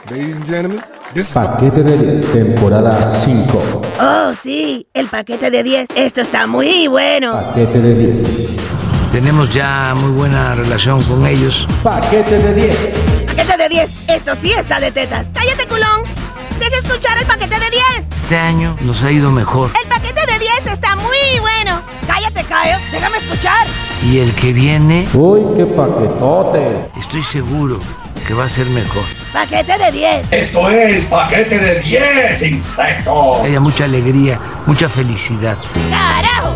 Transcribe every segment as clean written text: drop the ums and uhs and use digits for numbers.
Ladies and gentlemen, this Paquete de 10, temporada 5. Oh, sí, el paquete de 10. Esto está muy bueno. Paquete de 10. Tenemos ya muy buena relación con ellos. Paquete de 10. Paquete de 10. Esto sí está de tetas. ¡Cállate, culón! ¡Deja escuchar el paquete de 10! Este año nos ha ido mejor. ¡El paquete de 10 está muy bueno! ¡Cállate, Caio! ¡Déjame escuchar! Y el que viene, Uy, qué paquetote. estoy seguro que va a ser mejor. Paquete de 10. Esto es Paquete de 10, insecto. Que haya mucha alegría, mucha felicidad. ¡Carajo!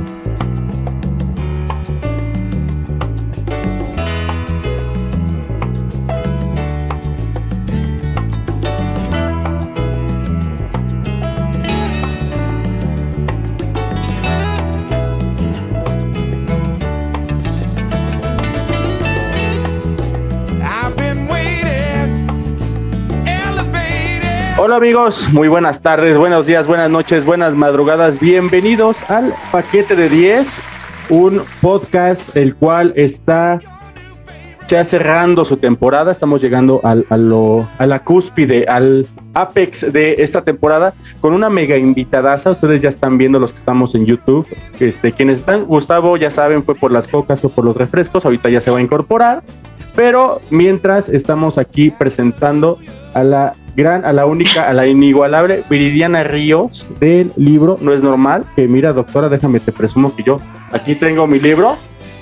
Hola amigos, muy buenas tardes, buenos días, buenas noches, buenas madrugadas. Bienvenidos al Paquete de 10, un podcast el cual está ya cerrando su temporada. Estamos llegando a la cúspide, al apex de esta temporada con una mega invitadaza. Ustedes ya están viendo, los que estamos en YouTube, quienes están. Gustavo, ya saben, fue por las cocas o por los refrescos, ahorita ya se va a incorporar. Pero mientras estamos aquí presentando a la gran, a la única, a la inigualable Viridiana Ríos del libro No es Normal. Que mira, doctora, déjame te presumo que yo aquí tengo mi libro.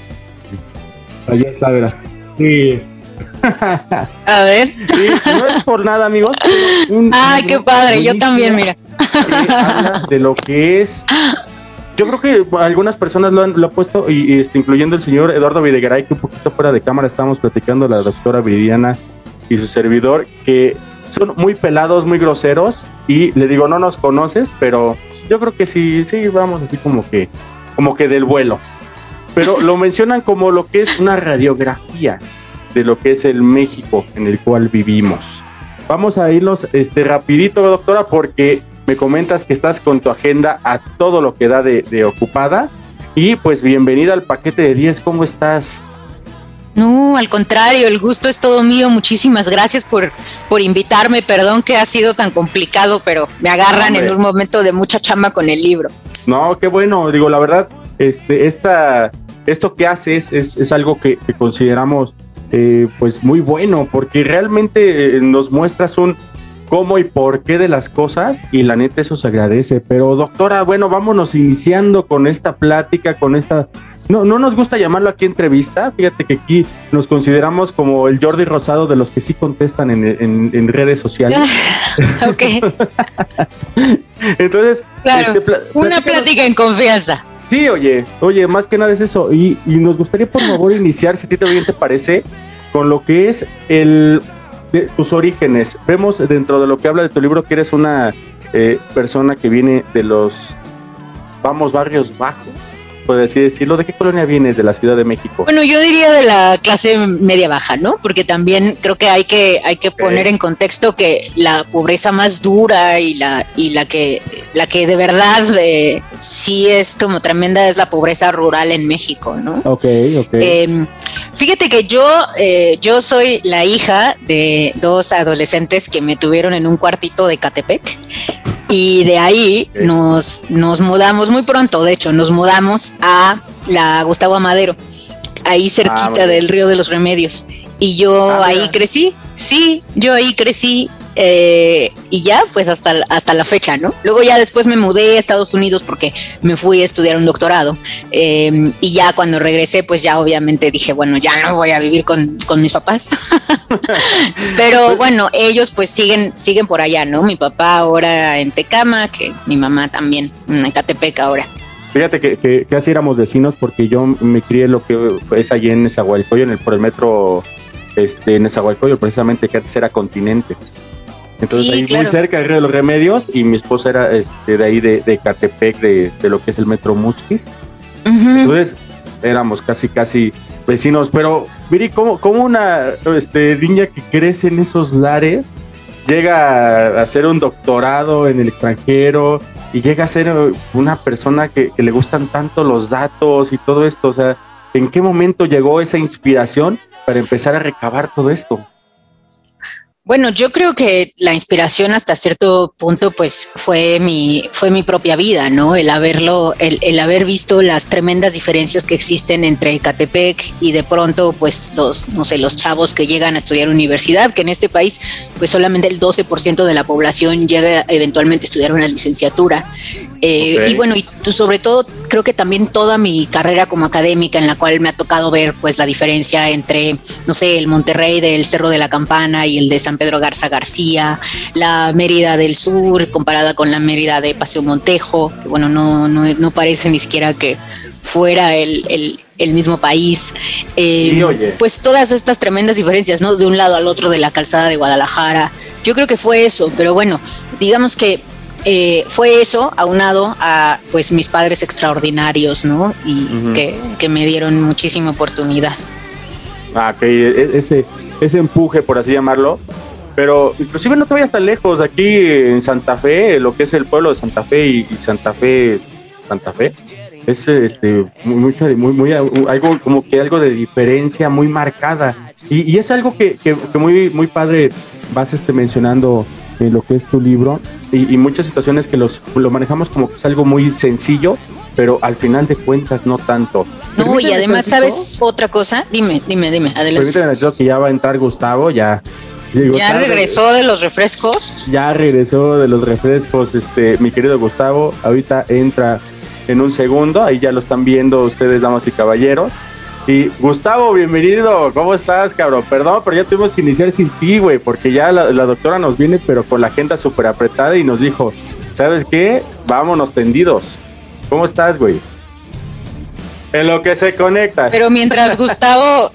Ahí está, verá. Sí. A ver. Sí, no es por nada, amigos. Ay, qué padre, yo también, mira. Habla de lo que es. Yo creo que algunas personas lo han puesto, incluyendo el señor Eduardo Videgaray, que un poquito fuera de cámara estábamos platicando, la doctora Viridiana y su servidor, que son muy pelados, muy groseros, y le digo, no nos conoces, pero yo creo que sí, vamos así como que del vuelo. Pero lo mencionan como lo que es una radiografía de lo que es el México en el cual vivimos. Vamos a irnos rapidito, doctora, porque me comentas que estás con tu agenda a todo lo que da de ocupada. Y pues bienvenida al Paquete de 10, ¿cómo estás? No, al contrario, el gusto es todo mío. Muchísimas gracias por invitarme. Perdón que ha sido tan complicado, pero me agarran en un momento de mucha chamba con el libro. No, qué bueno. Digo, la verdad, esto que haces es algo que consideramos pues muy bueno, porque realmente nos muestras un cómo y por qué de las cosas, y la neta eso se agradece. Pero doctora, bueno, vámonos iniciando con esta plática, con esta... No nos gusta llamarlo aquí entrevista, fíjate que aquí nos consideramos como el Jordi Rosado de los que sí contestan en redes sociales. Ok. Entonces, claro, una plática en confianza. Sí, oye, más que nada es eso, y nos gustaría por favor iniciar, si a ti también te parece, con lo que es de tus orígenes. Vemos dentro de lo que habla de tu libro que eres una persona que viene de los, barrios bajos, por así decirlo. ¿De qué colonia vienes de la Ciudad de México? Bueno, yo diría de la clase media baja, ¿no? Porque también creo que hay que poner en contexto que la pobreza más dura y la que de verdad sí es como tremenda es la pobreza rural en México, ¿no? Okay. Fíjate que yo soy la hija de dos adolescentes que me tuvieron en un cuartito de Catepec, y de ahí nos mudamos muy pronto. De hecho, nos mudamos a la Gustavo Amadero, ahí cerquita del Río de los Remedios, y yo ahí crecí. Sí, yo ahí crecí. Y ya pues hasta la fecha, ¿no? Luego ya después me mudé a Estados Unidos porque me fui a estudiar un doctorado, y ya cuando regresé pues ya obviamente dije, bueno, ya no voy a vivir con mis papás. Pero bueno, ellos pues siguen por allá, ¿no? Mi papá ahora en Tecama, que mi mamá también en Catepec ahora. Fíjate que casi éramos vecinos, porque yo me crié lo que es allí en Nezahualcóyotl, por el metro Nezahualcóyotl, precisamente, que antes era Continentes. Entonces sí, ahí claro, muy cerca del Río de los Remedios, y mi esposa era de ahí de Catepec, de lo que es el metro Musquis. Uh-huh. Entonces éramos casi vecinos. Pero Viri, ¿cómo una niña que crece en esos lares llega a hacer un doctorado en el extranjero y llega a ser una persona que le gustan tanto los datos y todo esto? O sea, ¿en qué momento llegó esa inspiración para empezar a recabar todo esto? Bueno, yo creo que la inspiración hasta cierto punto, pues, fue mi propia vida, ¿no? El haber visto las tremendas diferencias que existen entre Ecatepec y de pronto, pues, los chavos que llegan a estudiar universidad, que en este país, pues, solamente el 12% de la población llega eventualmente a estudiar una licenciatura. Y bueno, y sobre todo, creo que también toda mi carrera como académica, en la cual me ha tocado ver, pues, la diferencia entre, no sé, el Monterrey del Cerro de la Campana y el de San Pedro Garza García, la Mérida del Sur comparada con la Mérida de Paseo Montejo, que bueno, no parece ni siquiera que fuera el mismo país. Sí, pues todas estas tremendas diferencias, ¿no? De un lado al otro de la calzada de Guadalajara. Yo creo que fue eso, pero bueno, digamos que fue eso aunado a pues mis padres extraordinarios, ¿no? Y que me dieron muchísima oportunidad. Ok, ese empuje, por así llamarlo. Pero inclusive no te vayas tan lejos, aquí en Santa Fe, lo que es el pueblo de Santa Fe y Santa Fe es muy algo como que algo de diferencia muy marcada, y es algo que muy padre vas mencionando en lo que es tu libro, y muchas situaciones que lo manejamos como que es algo muy sencillo, pero al final de cuentas no tanto. No, y además, ¿sabes otra cosa? Dime, adelante. Permíteme que ya va a entrar Gustavo, ¿Ya regresó de los refrescos? Ya regresó de los refrescos, mi querido Gustavo. Ahorita entra en un segundo. Ahí ya lo están viendo ustedes, damas y caballeros. Y Gustavo, bienvenido. ¿Cómo estás, cabrón? Perdón, pero ya tuvimos que iniciar sin ti, güey, porque ya la doctora nos viene, pero con la agenda súper apretada, y nos dijo, ¿sabes qué? Vámonos tendidos. ¿Cómo estás, güey? En lo que se conecta. Pero mientras Gustavo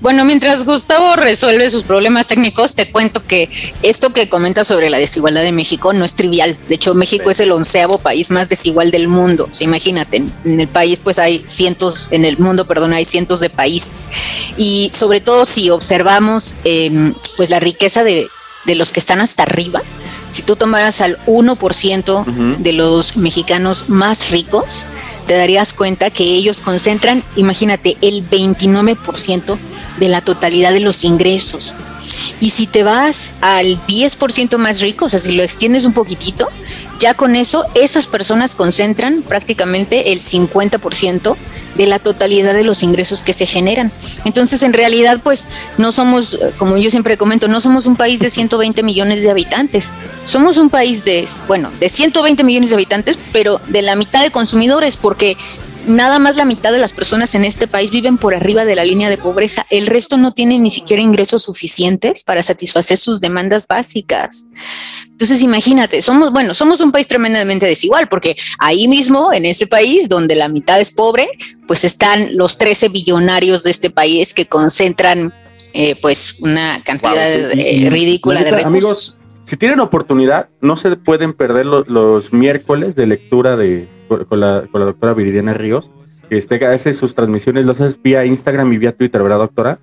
resuelve sus problemas técnicos, te cuento que esto que comenta sobre la desigualdad de México no es trivial. De hecho, México es el 11º país más desigual del mundo. O sea, imagínate, en el país pues hay cientos de países. Y sobre todo si observamos pues la riqueza de los que están hasta arriba, si tú tomaras al 1% de los mexicanos más ricos, te darías cuenta que ellos concentran, imagínate, el 29% de la totalidad de los ingresos. Y si te vas al 10% más rico, o sea, si lo extiendes un poquitito, ya con eso, esas personas concentran prácticamente el 50% de la totalidad de los ingresos que se generan. Entonces, en realidad, pues, no somos, como yo siempre comento, no somos un país de 120 millones de habitantes. Somos un país de 120 millones de habitantes, pero de la mitad de consumidores, porque nada más la mitad de las personas en este país viven por arriba de la línea de pobreza. El resto no tienen ni siquiera ingresos suficientes para satisfacer sus demandas básicas. Entonces, imagínate, somos un país tremendamente desigual, porque ahí mismo, en ese país donde la mitad es pobre, pues están los 13 billonarios de este país que concentran pues una cantidad ridícula de recursos. Amigos, si tienen oportunidad, no se pueden perder los miércoles de lectura con la doctora Viridiana Ríos, que hace sus transmisiones, las hace vía Instagram y vía Twitter, ¿verdad, doctora?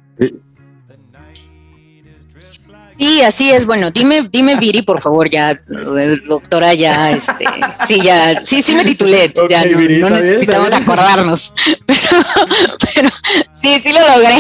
Sí, así es. Bueno, dime Viri, por favor, ya, doctora, ya, sí me titulé, okay, ya Viri, no necesitamos acordarnos, pero sí lo logré,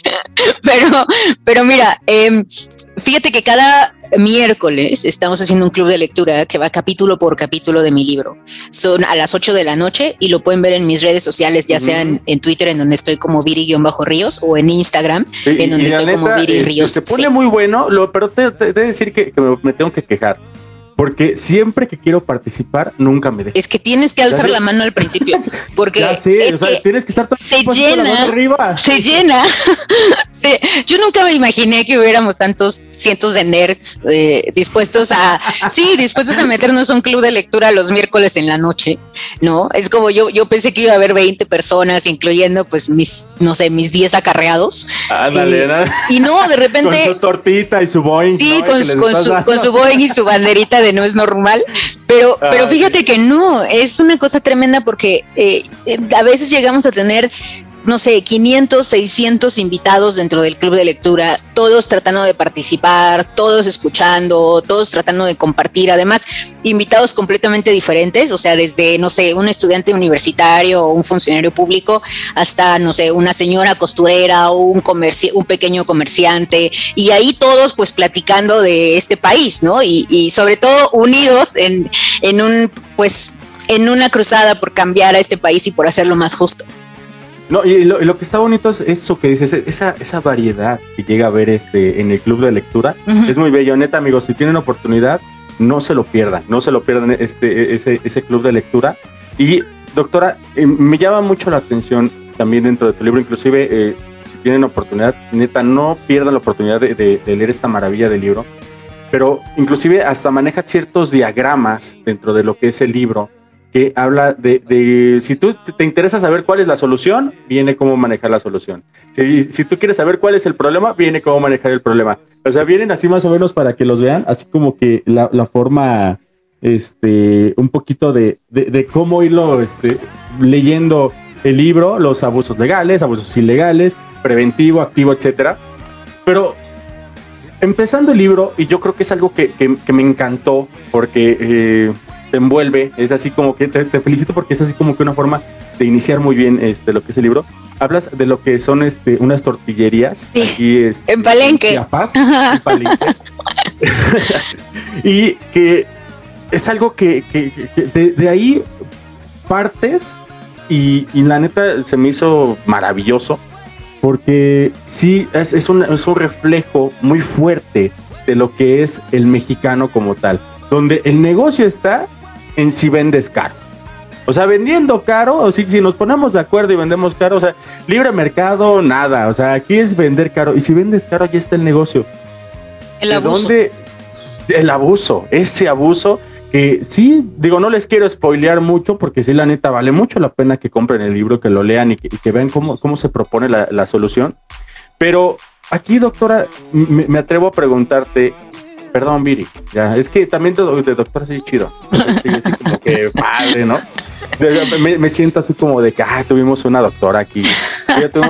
pero mira, fíjate que cada miércoles estamos haciendo un club de lectura que va capítulo por capítulo de mi libro. Son a las 8 de la noche y lo pueden ver en mis redes sociales, ya sea en Twitter, en donde estoy como Viri-Ríos, o en Instagram, en donde estoy como Viri Ríos. Se pone muy bueno, pero te de decir que me tengo que quejar. Porque siempre que quiero participar, nunca me dejo. Es que tienes que alzar la mano al principio. Porque ya sé, o sea, tienes que estar todo se llena. Sí, yo nunca me imaginé que hubiéramos tantos cientos de nerds dispuestos a meternos a un club de lectura los miércoles en la noche, ¿no? Es como yo pensé que iba a haber 20 personas, incluyendo pues mis 10 acarreados. Ándale, y no, de repente. Con su tortita y su Boeing. Sí, ¿no? con su Boeing y su banderita de no es normal, pero fíjate que no, es una cosa tremenda porque a veces llegamos a tener no sé, 500, 600 invitados dentro del club de lectura, todos tratando de participar, todos escuchando, todos tratando de compartir, además invitados completamente diferentes, o sea, desde, no sé, un estudiante universitario o un funcionario público hasta, no sé, una señora costurera o un pequeño comerciante, y ahí todos pues platicando de este país, ¿no? Y sobre todo unidos en una cruzada por cambiar a este país y por hacerlo más justo. No, y lo que está bonito es eso que dices, esa variedad que llega a ver en el club de lectura. Es muy bello, neta, amigos, si tienen oportunidad, no se lo pierdan ese club de lectura. Y doctora, me llama mucho la atención también dentro de tu libro, inclusive si tienen oportunidad, neta, no pierdan la oportunidad de leer esta maravilla del libro, pero inclusive hasta maneja ciertos diagramas dentro de lo que es el libro, que habla de si tú te interesa saber cuál es la solución, viene cómo manejar la solución. Si tú quieres saber cuál es el problema, viene cómo manejar el problema. O sea, vienen así más o menos para que los vean, así como que la forma, un poquito de cómo irlo leyendo el libro, los abusos legales, abusos ilegales, preventivo, activo, etcétera. Pero empezando el libro, y yo creo que es algo que me encantó, porque te envuelve, es así como que te felicito porque es así como que una forma de iniciar muy bien lo que es el libro. Hablas de lo que son unas tortillerías, sí, aquí en Palenque, en Chiapas, en Palenque. Y que es algo que de ahí partes y la neta se me hizo maravilloso, porque sí es un reflejo muy fuerte de lo que es el mexicano como tal, donde el negocio está en si vendes caro. O sea, vendiendo caro, o si nos ponemos de acuerdo y vendemos caro, o sea, libre mercado, nada. O sea, aquí es vender caro. Y si vendes caro, allí está el negocio. El abuso. ¿Dónde? El abuso, ese abuso que sí, digo, no les quiero spoilear mucho, porque sí, la neta, vale mucho la pena que compren el libro, que lo lean y que vean cómo se propone la solución. Pero aquí, doctora, me atrevo a preguntarte. Perdón, Viri, ya, es que también de doctor soy chido, sí, así como que padre, ¿no? Me siento así como de que tuvimos una doctora aquí, ya tuvimos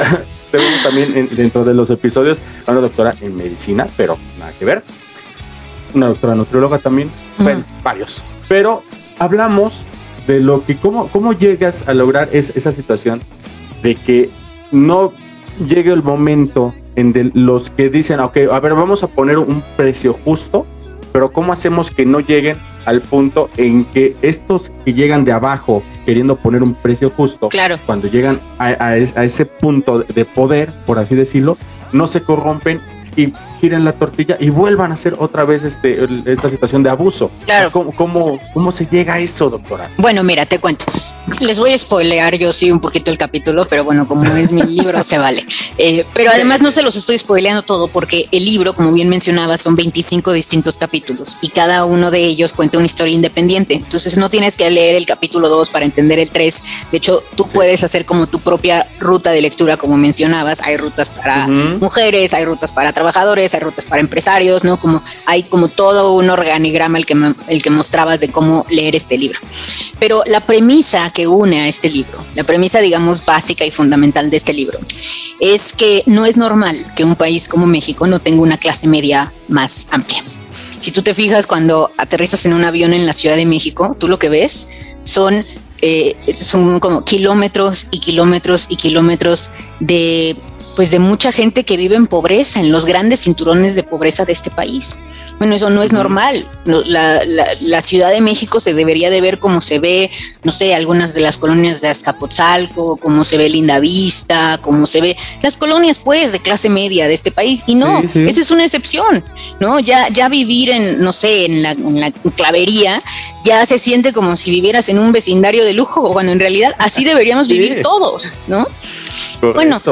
también dentro de los episodios a una doctora en medicina, pero nada que ver, una doctora nutrióloga también, bueno, varios, pero hablamos de lo que, cómo llegas a lograr esa situación de que no llegue el momento en los que dicen, ok, a ver, vamos a poner un precio justo, pero ¿cómo hacemos que no lleguen al punto en que estos que llegan de abajo queriendo poner un precio justo, claro, cuando llegan a ese punto de poder, por así decirlo, no se corrompen y giren la tortilla y vuelvan a hacer otra vez esta situación de abuso? Claro. ¿Cómo se llega a eso, doctora? Bueno, mira, te cuento. Les voy a spoilear yo sí un poquito el capítulo, pero bueno, como es mi libro, se vale. Pero además no se los estoy spoileando todo, porque el libro, como bien mencionaba, son 25 distintos capítulos y cada uno de ellos cuenta una historia independiente. Entonces no tienes que leer el capítulo 2 para entender el 3. De hecho, tú puedes hacer como tu propia ruta de lectura, como mencionabas. Hay rutas para mujeres, hay rutas para trabajadores, hay rutas para empresarios, ¿no? Hay como todo un organigrama el que mostrabas de cómo leer este libro. Pero la premisa que une a este libro, la premisa, digamos, básica y fundamental de este libro, es que no es normal que un país como México no tenga una clase media más amplia. Si tú te fijas, cuando aterrizas en un avión en la Ciudad de México, tú lo que ves son como kilómetros y kilómetros y kilómetros de mucha gente que vive en pobreza, en los grandes cinturones de pobreza de este país. Bueno, eso no es normal. La Ciudad de México se debería de ver como se ve, no sé, algunas de las colonias de Azcapotzalco, como se ve Lindavista, como se ve las colonias, pues, de clase media de este país. Y no, sí. Esa es una excepción, ¿no? Ya vivir en la clavería, ya se siente como si vivieras en un vecindario de lujo, cuando en realidad así deberíamos vivir todos, ¿no? Correcto. Bueno,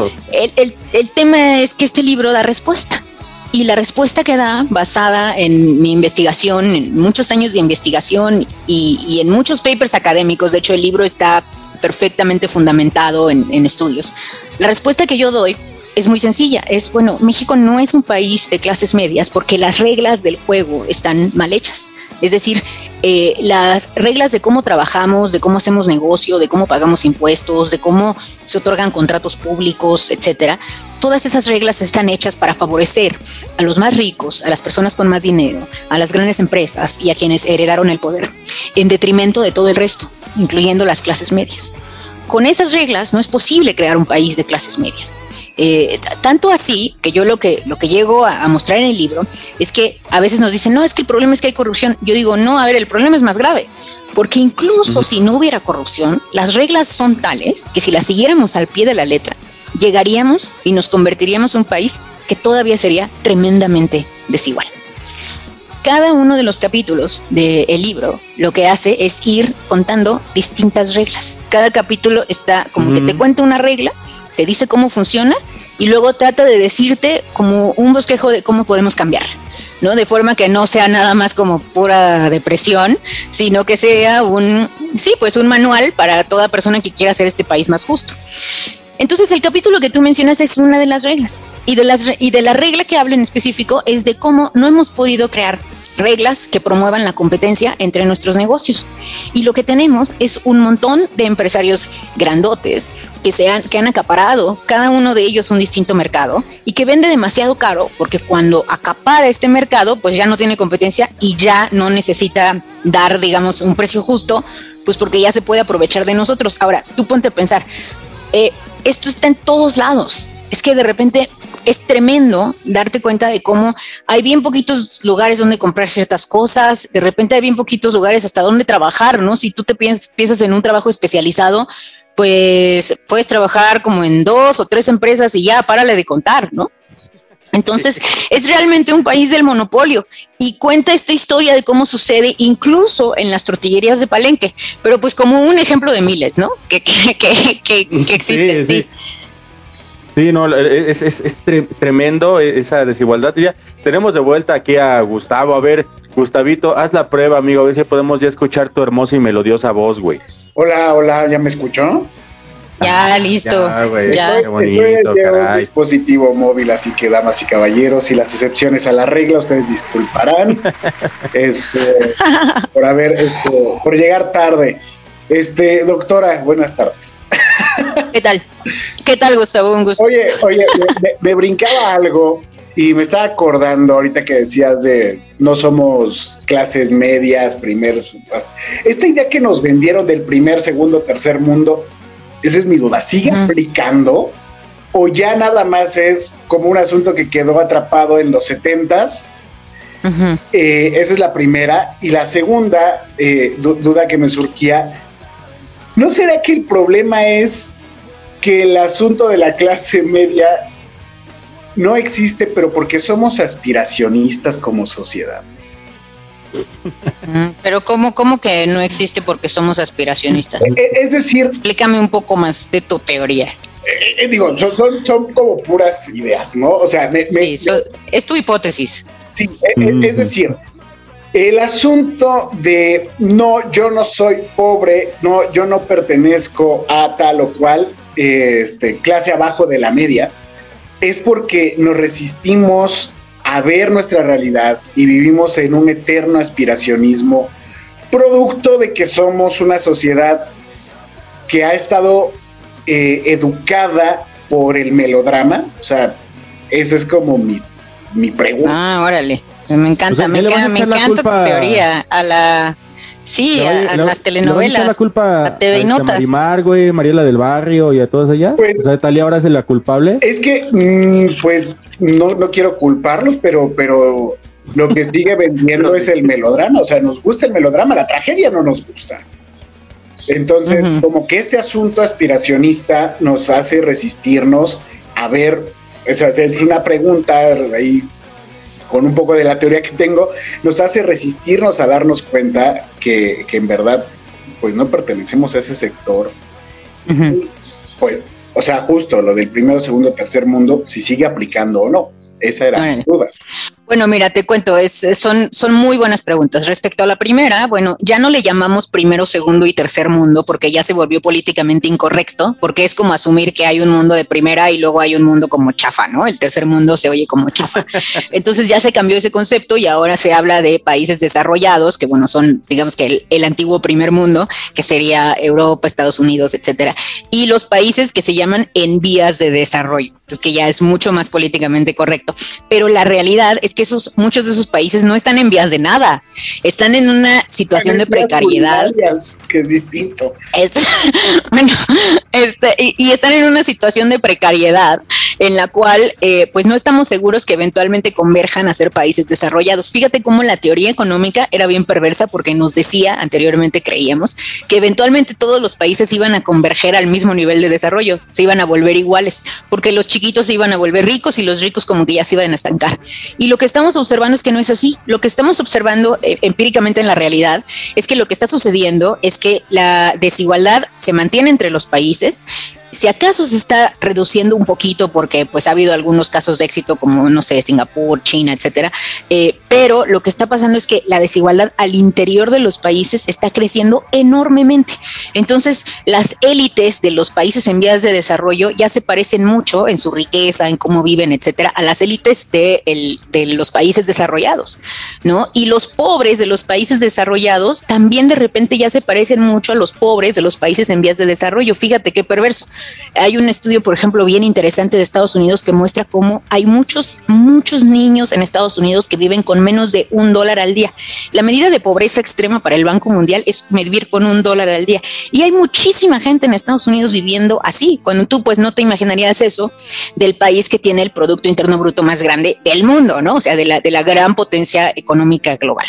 el tema es que este libro da respuesta. Y la respuesta que da, basada en mi investigación, en muchos años de investigación y en muchos papers académicos, de hecho el libro está perfectamente fundamentado en estudios. La respuesta que yo doy es muy sencilla. México no es un país de clases medias porque las reglas del juego están mal hechas. Es decir, las reglas de cómo trabajamos, de cómo hacemos negocio, de cómo pagamos impuestos, de cómo se otorgan contratos públicos, etcétera, todas esas reglas están hechas para favorecer a los más ricos, a las personas con más dinero, a las grandes empresas y a quienes heredaron el poder, en detrimento de todo el resto, incluyendo las clases medias. Con esas reglas no es posible crear un país de clases medias. Tanto así que yo lo que llego a mostrar en el libro es que a veces nos dicen, no, es que el problema es que hay corrupción. Yo digo, no, a ver, el problema es más grave, porque incluso si no hubiera corrupción, las reglas son tales que si las siguiéramos al pie de la letra, llegaríamos y nos convertiríamos en un país que todavía sería tremendamente desigual. Cada uno de los capítulos del libro lo que hace es ir contando distintas reglas. Cada capítulo está como que te cuenta una regla, te dice cómo funciona y luego trata de decirte como un bosquejo de cómo podemos cambiar, ¿no? De forma que no sea nada más como pura depresión, sino que sea un manual para toda persona que quiera hacer este país más justo. Entonces el capítulo que tú mencionas es una de las reglas y de la regla que hablo en específico es de cómo no hemos podido crear reglas que promuevan la competencia entre nuestros negocios. Y lo que tenemos es un montón de empresarios grandotes que han acaparado cada uno de ellos un distinto mercado y que vende demasiado caro porque cuando acapara este mercado pues ya no tiene competencia y ya no necesita dar, digamos, un precio justo, pues porque ya se puede aprovechar de nosotros. Ahora, tú ponte a pensar, esto está en todos lados. Es que de repente es tremendo darte cuenta de cómo hay bien poquitos lugares donde comprar ciertas cosas, de repente hay bien poquitos lugares hasta donde trabajar, ¿no? Si tú te piensas en un trabajo especializado, pues puedes trabajar como en 2 o 3 empresas y ya, párale de contar, ¿no? Entonces, es realmente un país del monopolio y cuenta esta historia de cómo sucede incluso en las tortillerías de Palenque, pero pues como un ejemplo de miles, ¿no? Que existen, sí. Sí, no, es tremendo esa desigualdad. Ya tenemos de vuelta aquí a Gustavo. A ver, Gustavito, haz la prueba, amigo, a ver si podemos ya escuchar tu hermosa y melodiosa voz, güey. Hola, ¿ya me escuchó? Ya, listo. Ya, güey, ya. Qué bonito, Estoy en un caray. dispositivo móvil, así que damas y caballeros, y las excepciones a la regla, ustedes disculparán por llegar tarde. Doctora, buenas tardes. ¿Qué tal, Gustavo? Un gusto. Oye, me brincaba algo y me estaba acordando ahorita que decías de no somos clases medias, esta idea que nos vendieron del primer, segundo, tercer mundo, esa es mi duda, ¿sigue aplicando o ya nada más es como un asunto que quedó atrapado en los 70s? Esa es la primera. Y la segunda duda que me surgía, ¿no será que el problema es que el asunto de la clase media no existe, pero porque somos aspiracionistas como sociedad? Pero ¿cómo que no existe porque somos aspiracionistas? Es decir, explícame un poco más de tu teoría. Digo, son como puras ideas, ¿no? O sea, es tu hipótesis. Sí, es decir, el asunto de no, yo no soy pobre, no, yo no pertenezco a tal o cual clase abajo de la media, es porque nos resistimos a ver nuestra realidad y vivimos en un eterno aspiracionismo, producto de que somos una sociedad que ha estado educada por el melodrama. O sea, esa es como mi pregunta. Ah, órale. Me encanta, o sea, me encanta tu teoría. A las telenovelas, ¿le la culpa a TV y Notas? Marimar, güey, Mariela del Barrio y a todas ellas. Pues, o sea, Talía ahora es la culpable. Es que, pues, no quiero culparlos, pero lo que sigue vendiendo es el melodrama. O sea, nos gusta el melodrama, la tragedia no nos gusta. Entonces, como que este asunto aspiracionista nos hace resistirnos a ver, o sea, es una pregunta ahí, con un poco de la teoría que tengo, nos hace resistirnos a darnos cuenta que en verdad, pues no pertenecemos a ese sector. Pues, o sea, justo lo del primero, segundo, tercer mundo, si sigue aplicando o no. Esa era mi duda. Bueno, mira, te cuento, son muy buenas preguntas. Respecto a la primera, bueno, ya no le llamamos primero, segundo y tercer mundo porque ya se volvió políticamente incorrecto, porque es como asumir que hay un mundo de primera y luego hay un mundo como chafa, ¿no? El tercer mundo se oye como chafa. Entonces ya se cambió ese concepto y ahora se habla de países desarrollados, que bueno, son, digamos que el antiguo primer mundo, que sería Europa, Estados Unidos, etcétera, y los países que se llaman en vías de desarrollo, entonces que ya es mucho más políticamente correcto. Pero la realidad es que muchos de esos países no están en vías de nada, están en una situación de precariedad, que es distinto. Y están en una situación de precariedad en la cual pues no estamos seguros que eventualmente converjan a ser países desarrollados. Fíjate cómo la teoría económica era bien perversa porque nos decía, anteriormente creíamos, que eventualmente todos los países iban a converger al mismo nivel de desarrollo, se iban a volver iguales, porque los chiquitos se iban a volver ricos y los ricos como que ya se iban a estancar. Y lo que estamos observando es que no es así. Lo que estamos observando empíricamente en la realidad es que lo que está sucediendo es que la desigualdad se mantiene entre los países. Si acaso se está reduciendo un poquito porque pues ha habido algunos casos de éxito como, no sé, Singapur, China, etcétera, pero lo que está pasando es que la desigualdad al interior de los países está creciendo enormemente. Entonces, las élites de los países en vías de desarrollo ya se parecen mucho en su riqueza, en cómo viven, etcétera, a las élites de los países desarrollados, ¿no? Y los pobres de los países desarrollados también de repente ya se parecen mucho a los pobres de los países en vías de desarrollo. Fíjate qué perverso. Hay un estudio, por ejemplo, bien interesante de Estados Unidos que muestra cómo hay muchos niños en Estados Unidos que viven con menos de $1 al día. La medida de pobreza extrema para el Banco Mundial es vivir con $1 al día. Y hay muchísima gente en Estados Unidos viviendo así, cuando tú pues no te imaginarías eso del país que tiene el Producto Interno Bruto más grande del mundo, ¿no? O sea, de la gran potencia económica global.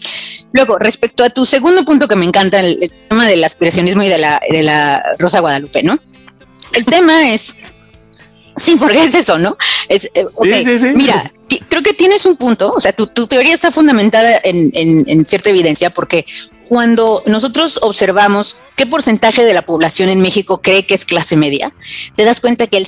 Luego, respecto a tu segundo punto que me encanta, el tema del aspiracionismo y de la Rosa Guadalupe, ¿no? El tema es, sí, porque es eso, ¿no? Okay, sí. Mira, creo que tienes un punto, o sea, tu teoría está fundamentada en cierta evidencia, porque cuando nosotros observamos qué porcentaje de la población en México cree que es clase media, te das cuenta que el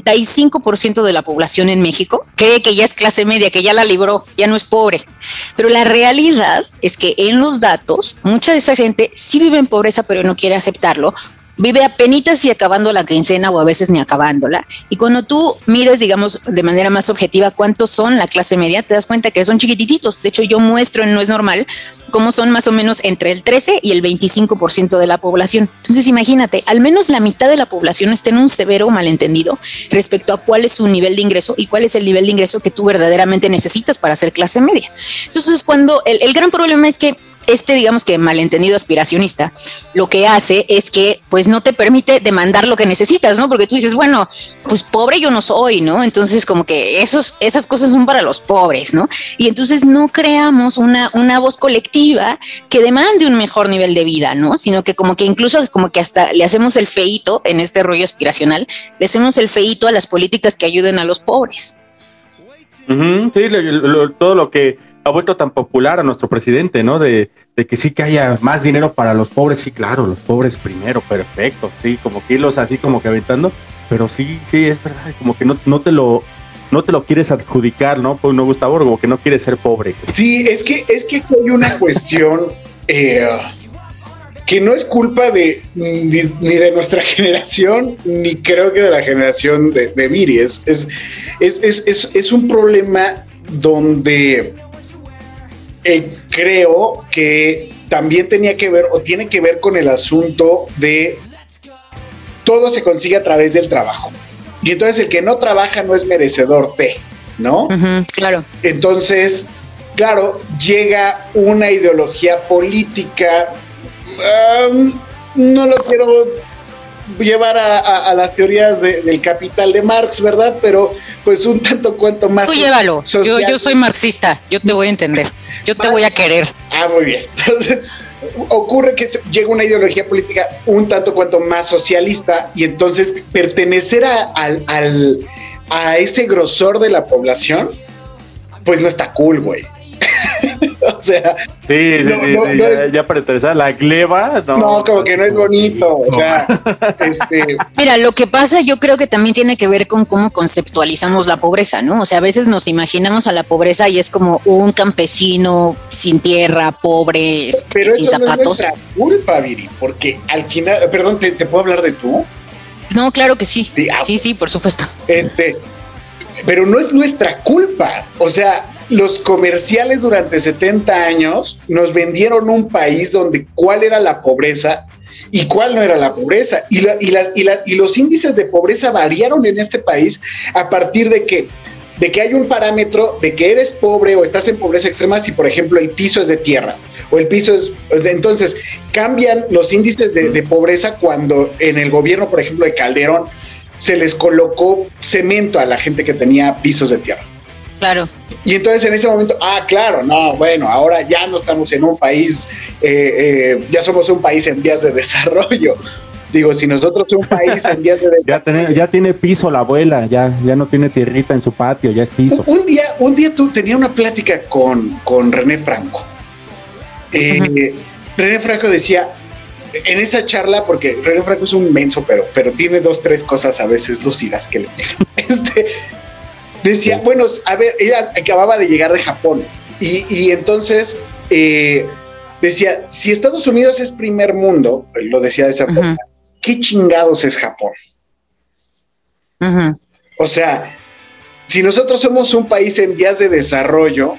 75% de la población en México cree que ya es clase media, que ya la libró, ya no es pobre. Pero la realidad es que en los datos, mucha de esa gente sí vive en pobreza, pero no quiere aceptarlo. Vive apenitas y acabando la quincena o a veces ni acabándola. Y cuando tú mides, digamos, de manera más objetiva cuántos son la clase media, te das cuenta que son chiquititos. De hecho, yo muestro en No es Normal cómo son más o menos entre el 13 y el 25% de la población. Entonces, imagínate, al menos la mitad de la población está en un severo malentendido respecto a cuál es su nivel de ingreso y cuál es el nivel de ingreso que tú verdaderamente necesitas para ser clase media. Entonces, cuando el gran problema es que digamos que malentendido aspiracionista, lo que hace es que pues no te permite demandar lo que necesitas, ¿no? Porque tú dices, bueno, pues pobre yo no soy, ¿no? Entonces como que esas cosas son para los pobres, ¿no? Y entonces no creamos una voz colectiva que demande un mejor nivel de vida, ¿no? Sino que como que incluso como que hasta le hacemos el feíto en este rollo aspiracional, le hacemos el feíto a las políticas que ayuden a los pobres. Sí, todo lo que ha vuelto tan popular a nuestro presidente, ¿no? De que sí que haya más dinero para los pobres, sí, claro, los pobres primero, perfecto, sí, como que irlos así como que aventando, pero sí, es verdad, como que no te lo quieres adjudicar, ¿no? Pues no, Gustavo, como que no quieres ser pobre. Sí, es que hay una cuestión que no es culpa ni de nuestra generación, ni creo que de la generación de Viri, es un problema donde creo que también tenía que ver o tiene que ver con el asunto de todo se consigue a través del trabajo. Y entonces el que no trabaja no es merecedor de, ¿no? Claro. Entonces, claro, llega una ideología política, no lo quiero llevar a las teorías del capital de Marx, ¿verdad? Pero pues un tanto cuanto más... Tú llévalo, yo soy marxista, yo te voy a entender, yo te voy a querer. Muy bien, entonces ocurre que llega una ideología política un tanto cuanto más socialista y entonces pertenecer a ese grosor de la población, pues no está cool, güey. O sea, sí, ya para interesar la gleba, no, como que no es bonito, o sea, Mira, lo que pasa yo creo que también tiene que ver con cómo conceptualizamos la pobreza, ¿no? O sea, a veces nos imaginamos a la pobreza y es como un campesino sin tierra, pobre, pero sin eso zapatos. No es nuestra culpa, Viri, porque al final, perdón, ¿te puedo hablar de tú? No, claro que sí, sí, por supuesto. Pero no es nuestra culpa, o sea, los comerciales durante 70 años nos vendieron un país donde cuál era la pobreza y cuál no era la pobreza. Y los índices de pobreza variaron en este país a partir de que hay un parámetro de que eres pobre o estás en pobreza extrema si, por ejemplo, el piso es de tierra o el piso es... Entonces, cambian los índices de pobreza cuando en el gobierno, por ejemplo, de Calderón, se les colocó cemento a la gente que tenía pisos de tierra. Claro. Y entonces en ese momento, claro, no, bueno, ahora ya no estamos en un país, ya somos un país en vías de desarrollo. Digo, si nosotros somos un país en vías de desarrollo. Ya tiene piso la abuela, ya no tiene tierrita en su patio, ya es piso. Un día tú tenías una plática con René Franco. René Franco decía, en esa charla, porque René Franco es un menso, pero tiene 2-3 cosas a veces lúcidas que le dejan. Decía, bueno, a ver, ella acababa de llegar de Japón y entonces decía, si Estados Unidos es primer mundo, lo decía de esa forma, ¿qué chingados es Japón? O sea, si nosotros somos un país en vías de desarrollo,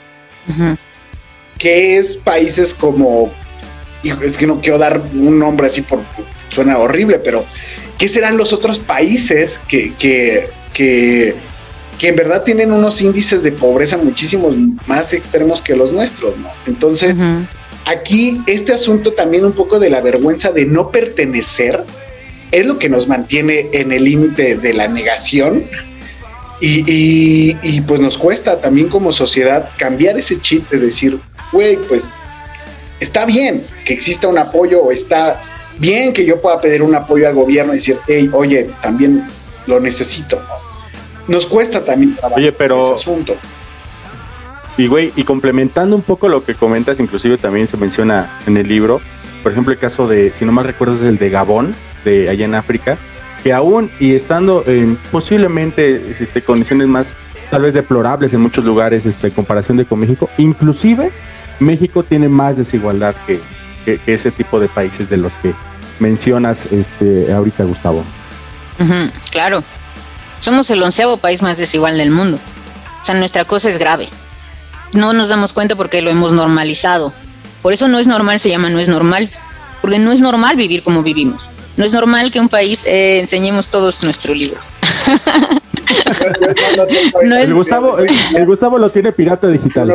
¿qué es países como, es que no quiero dar un nombre así suena horrible, pero ¿qué serán los otros países que en verdad tienen unos índices de pobreza muchísimos más extremos que los nuestros, ¿no? Entonces, aquí este asunto también un poco de la vergüenza de no pertenecer es lo que nos mantiene en el límite de la negación y pues nos cuesta también como sociedad cambiar ese chip de decir, güey, pues está bien que exista un apoyo o está bien que yo pueda pedir un apoyo al gobierno y decir, hey, oye, también lo necesito, ¿no? Nos cuesta también trabajar ese asunto. Y güey, y complementando un poco lo que comentas, inclusive también se menciona en el libro, por ejemplo el caso de, si no mal recuerdo, es el de Gabón, de allá en África, que aún y estando en posiblemente condiciones más tal vez deplorables en muchos lugares en comparación con México, inclusive México tiene más desigualdad que ese tipo de países de los que mencionas ahorita, Gustavo. Claro. Somos el 11º país más desigual del mundo. O sea, nuestra cosa es grave. No nos damos cuenta porque lo hemos normalizado. Por eso no es normal, se llama no es normal. Porque no es normal vivir como vivimos. No es normal que un país enseñemos todos nuestro libro. El Gustavo lo tiene pirata digital.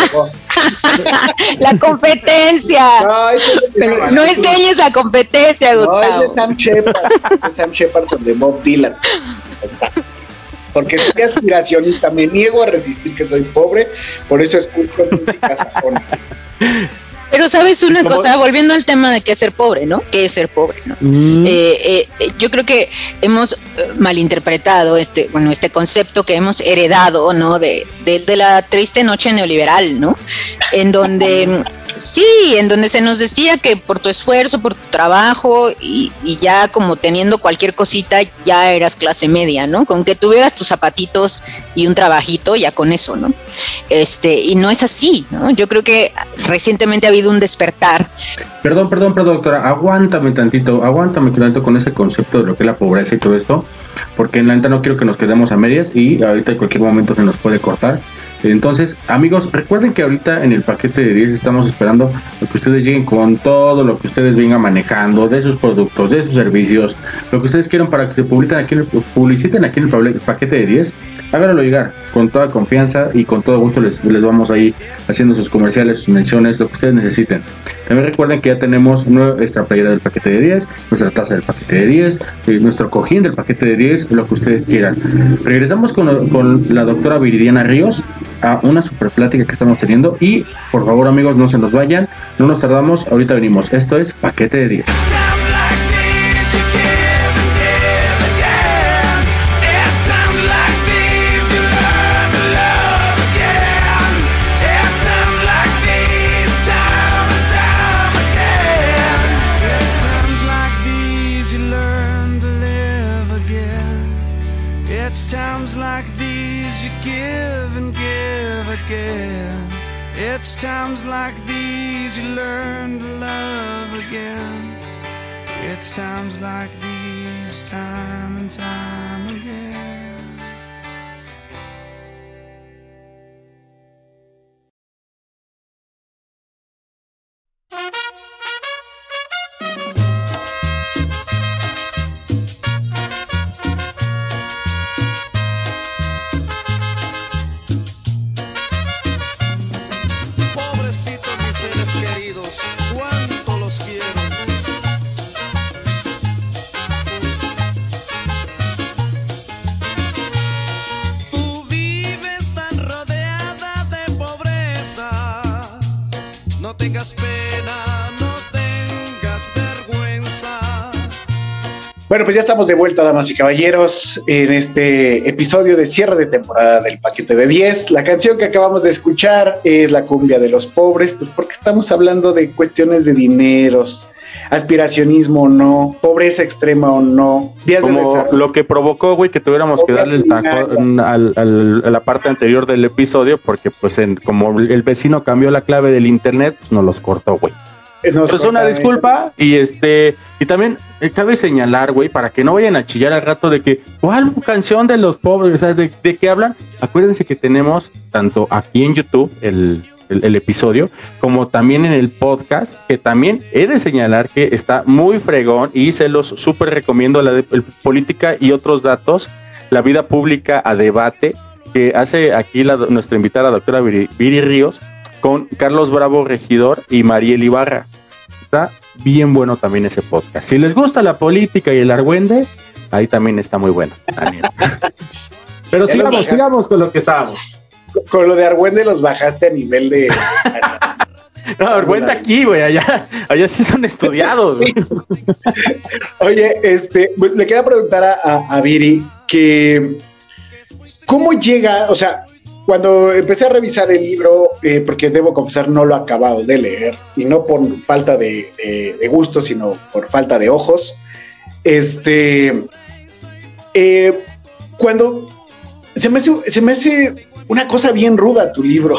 La competencia. No enseñes la competencia, Gustavo. No, es de Sam Shepard sobre Bob Dylan. Porque soy aspiracionista, me niego a resistir que soy pobre, por eso escucho música sajona. Pero sabes una cosa, volviendo al tema de qué es ser pobre, ¿no? ¿Qué es ser pobre, no? Yo creo que hemos malinterpretado este concepto que hemos heredado, ¿no? De la triste noche neoliberal, ¿no? En donde se nos decía que por tu esfuerzo, por tu trabajo y ya como teniendo cualquier cosita ya eras clase media, ¿no? Con que tuvieras tus zapatitos y un trabajito, ya con eso, ¿no? Y no es así, ¿no? Yo creo que recientemente ha habido un despertar. Perdón, doctora, aguántame tantito con ese concepto de lo que es la pobreza y todo esto, porque en la neta no quiero que nos quedemos a medias y ahorita en cualquier momento se nos puede cortar. Entonces, amigos, recuerden que ahorita en el paquete de 10 estamos esperando a que ustedes lleguen con todo lo que ustedes vengan manejando, de sus productos, de sus servicios, lo que ustedes quieran para que se publiciten aquí en el paquete de 10. Háganlo llegar con toda confianza y con todo gusto les vamos a ir haciendo sus comerciales, sus menciones, lo que ustedes necesiten. También recuerden que ya tenemos nuestra playera del paquete de 10, nuestra taza del paquete de 10, nuestro cojín del paquete de 10, lo que ustedes quieran. Regresamos con la doctora Viridiana Ríos a una super plática que estamos teniendo y por favor amigos no se nos vayan, no nos tardamos, ahorita venimos. Esto es Paquete de 10. Like give and give again. It's times like these you learn to love again. It's times like these, time and time again. tengas pena, no tengas vergüenza. Bueno, pues ya estamos de vuelta, damas y caballeros, en este episodio de cierre de temporada del Paquete de 10. La canción que acabamos de escuchar es La Cumbia de los Pobres, pues porque estamos hablando de cuestiones de dineros, aspiracionismo o no, pobreza extrema o no, vías como de desarrollo. Lo que provocó, güey, que tuviéramos que darle el tajo a la parte anterior del episodio, porque pues como el vecino cambió la clave del internet, pues nos los cortó, güey. Entonces una disculpa y también cabe señalar, güey, para que no vayan a chillar al rato de que ¿cuál canción de los pobres? ¿Sabes de qué hablan? Acuérdense que tenemos tanto aquí en YouTube el episodio, como también en el podcast, que también he de señalar que está muy fregón y se los súper recomiendo, la de política y otros datos, la vida pública a debate, que hace aquí nuestra invitada, la doctora Viri Ríos, con Carlos Bravo Regidor y Mariel Ibarra. Está bien bueno también ese podcast. Si les gusta la política y el argüende, ahí también está muy bueno. Pero sigamos con lo que estábamos. Con lo de argüende los bajaste a nivel de... No, argüende aquí, güey, allá sí son estudiados. Güey. Oye, pues, le quería preguntar a Viri que ¿cómo llega? O sea, cuando empecé a revisar el libro, porque debo confesar no lo he acabado de leer, y no por falta de gusto, sino por falta de ojos, cuando se me hace una cosa bien ruda tu libro,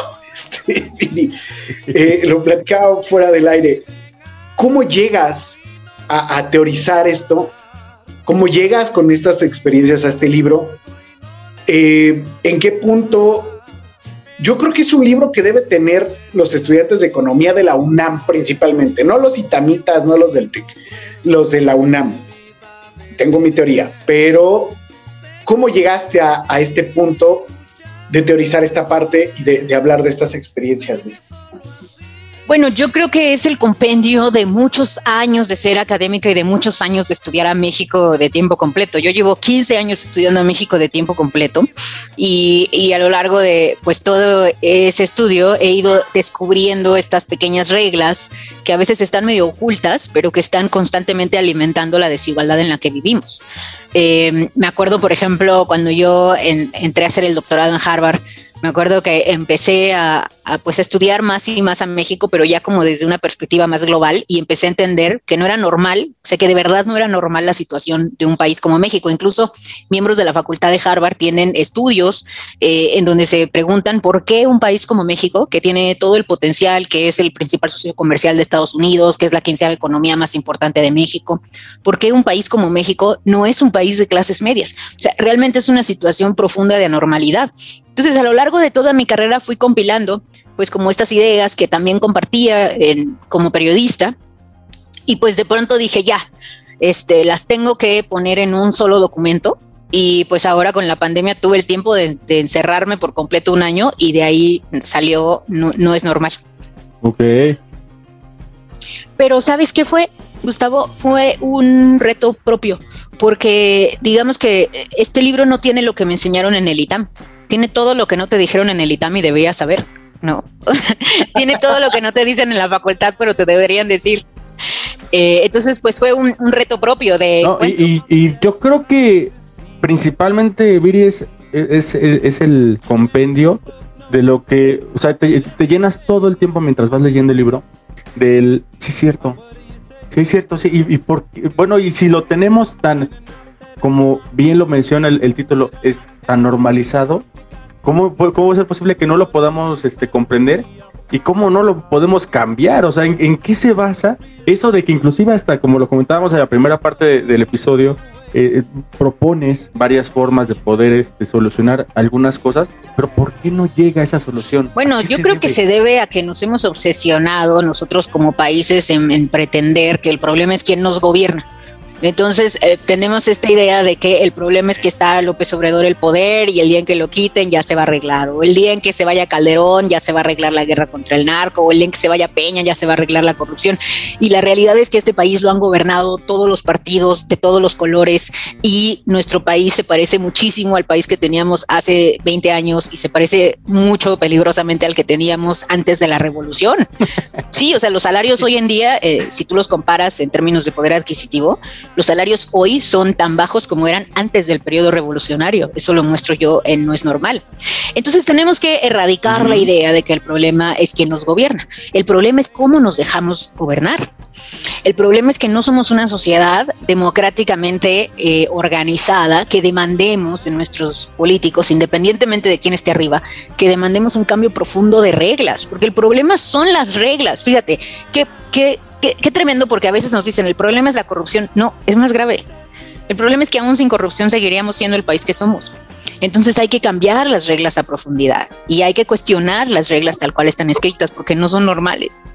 lo platicaba fuera del aire. ¿Cómo llegas a teorizar esto? ¿Cómo llegas con estas experiencias a este libro? ¿En qué punto? Yo creo que es un libro que debe tener los estudiantes de economía de la UNAM principalmente, no los itamitas, no los del TEC, los de la UNAM. Tengo mi teoría, pero ¿cómo llegaste a este punto de teorizar esta parte y de hablar de estas experiencias? Bueno, yo creo que es el compendio de muchos años de ser académica y de muchos años de estudiar a México de tiempo completo. Yo llevo 15 años estudiando a México de tiempo completo y a lo largo de pues todo ese estudio he ido descubriendo estas pequeñas reglas que a veces están medio ocultas, pero que están constantemente alimentando la desigualdad en la que vivimos. Me acuerdo, por ejemplo, cuando yo entré a hacer el doctorado en Harvard, me acuerdo que empecé a estudiar más y más a México, pero ya como desde una perspectiva más global, y empecé a entender que no era normal, o sea, que de verdad no era normal la situación de un país como México. Incluso miembros de la facultad de Harvard tienen estudios en donde se preguntan por qué un país como México, que tiene todo el potencial, que es el principal socio comercial de Estados Unidos, que es la 15ª economía más importante de México, por qué un país como México no es un país de clases medias. O sea, realmente es una situación profunda de anormalidad. Entonces, a lo largo de toda mi carrera fui compilando, pues, como estas ideas que también compartía como periodista, y pues de pronto dije, ya, las tengo que poner en un solo documento, y pues ahora con la pandemia tuve el tiempo de encerrarme por completo un año, y de ahí salió No es normal. Ok. Pero ¿sabes qué fue, Gustavo? Fue un reto propio, porque digamos que este libro no tiene lo que me enseñaron en el ITAM. Tiene todo lo que no te dijeron en el ITAM y deberías saber, ¿no? Tiene todo lo que no te dicen en la facultad, pero te deberían decir. Entonces, pues fue un reto propio de... No, y yo creo que principalmente, Viri, es el compendio de lo que... O sea, te llenas todo el tiempo mientras vas leyendo el libro del... Sí, es cierto. Sí. Bueno, y si lo tenemos tan... Como bien lo menciona el título, es tan normalizado ¿cómo es posible que no lo podamos comprender? ¿Y cómo no lo podemos cambiar? O sea, ¿en qué se basa eso de que inclusive hasta, como lo comentábamos en la primera parte del episodio, propones varias formas de poder solucionar algunas cosas, pero ¿por qué no llega a esa solución? Bueno, yo creo que se debe a que nos hemos obsesionado nosotros como países en pretender que el problema es quién nos gobierna. Entonces tenemos esta idea de que el problema es que está López Obrador el poder y el día en que lo quiten ya se va a arreglar, o el día en que se vaya Calderón ya se va a arreglar la guerra contra el narco, o el día en que se vaya Peña ya se va a arreglar la corrupción. Y la realidad es que este país lo han gobernado todos los partidos de todos los colores, y nuestro país se parece muchísimo al país que teníamos hace 20 años y se parece mucho, peligrosamente, al que teníamos antes de la revolución. Sí, o sea, los salarios hoy en día, si tú los comparas en términos de poder adquisitivo, los salarios hoy son tan bajos como eran antes del periodo revolucionario. Eso lo muestro yo en No es Normal. Entonces tenemos que erradicar la idea de que el problema es quién nos gobierna. El problema es cómo nos dejamos gobernar. El problema es que no somos una sociedad democráticamente organizada, que demandemos de nuestros políticos, independientemente de quién esté arriba, que demandemos un cambio profundo de reglas, porque el problema son las reglas. Fíjate, qué tremendo, porque a veces nos dicen el problema es la corrupción. No, es más grave. El problema es que aún sin corrupción seguiríamos siendo el país que somos. Entonces hay que cambiar las reglas a profundidad y hay que cuestionar las reglas tal cual están escritas, porque no son normales.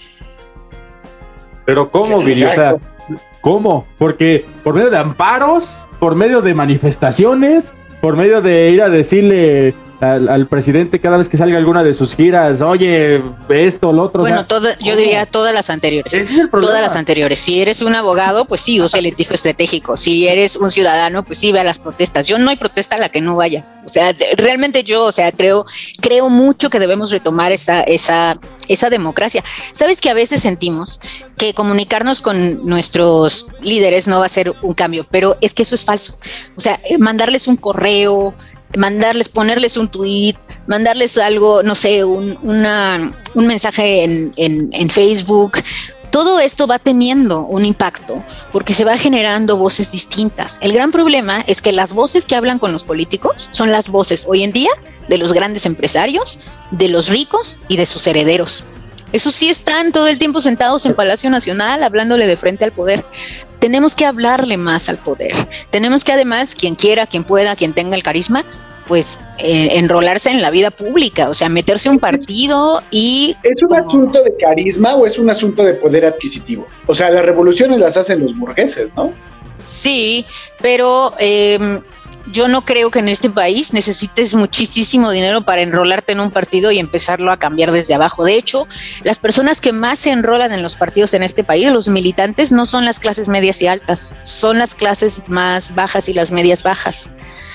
Pero ¿cómo, Viri? O sea, ¿cómo? Porque por medio de amparos, por medio de manifestaciones, por medio de ir a decirle al presidente cada vez que salga alguna de sus giras, oye, esto, lo otro. Bueno, yo diría todas las anteriores. Ese es el problema. Todas las anteriores. Si eres un abogado, pues sí, usa el litigo estratégico. Si eres un ciudadano, pues sí, ve a las protestas. Yo no hay protesta a la que no vaya. O sea, realmente yo, o sea, creo mucho que debemos retomar esa democracia. ¿Sabes que a veces sentimos que comunicarnos con nuestros líderes no va a ser un cambio? Pero es que eso es falso. O sea, mandarles un correo, ponerles un tweet, mandarles algo, no sé, un mensaje en Facebook. Todo esto va teniendo un impacto porque se va generando voces distintas. El gran problema es que las voces que hablan con los políticos son las voces hoy en día de los grandes empresarios, de los ricos y de sus herederos. Esos sí están todo el tiempo sentados en Palacio Nacional hablándole de frente al poder. Tenemos que hablarle más al poder. Tenemos que, además, quien quiera, quien pueda, quien tenga el carisma, pues enrolarse en la vida pública, o sea, meterse a un partido y... ¿Es un asunto de carisma o es un asunto de poder adquisitivo? O sea, las revoluciones las hacen los burgueses, ¿no? Sí, pero yo no creo que en este país necesites muchísimo dinero para enrolarte en un partido y empezarlo a cambiar desde abajo. De hecho, las personas que más se enrolan en los partidos en este país, los militantes, no son las clases medias y altas, son las clases más bajas y las medias bajas.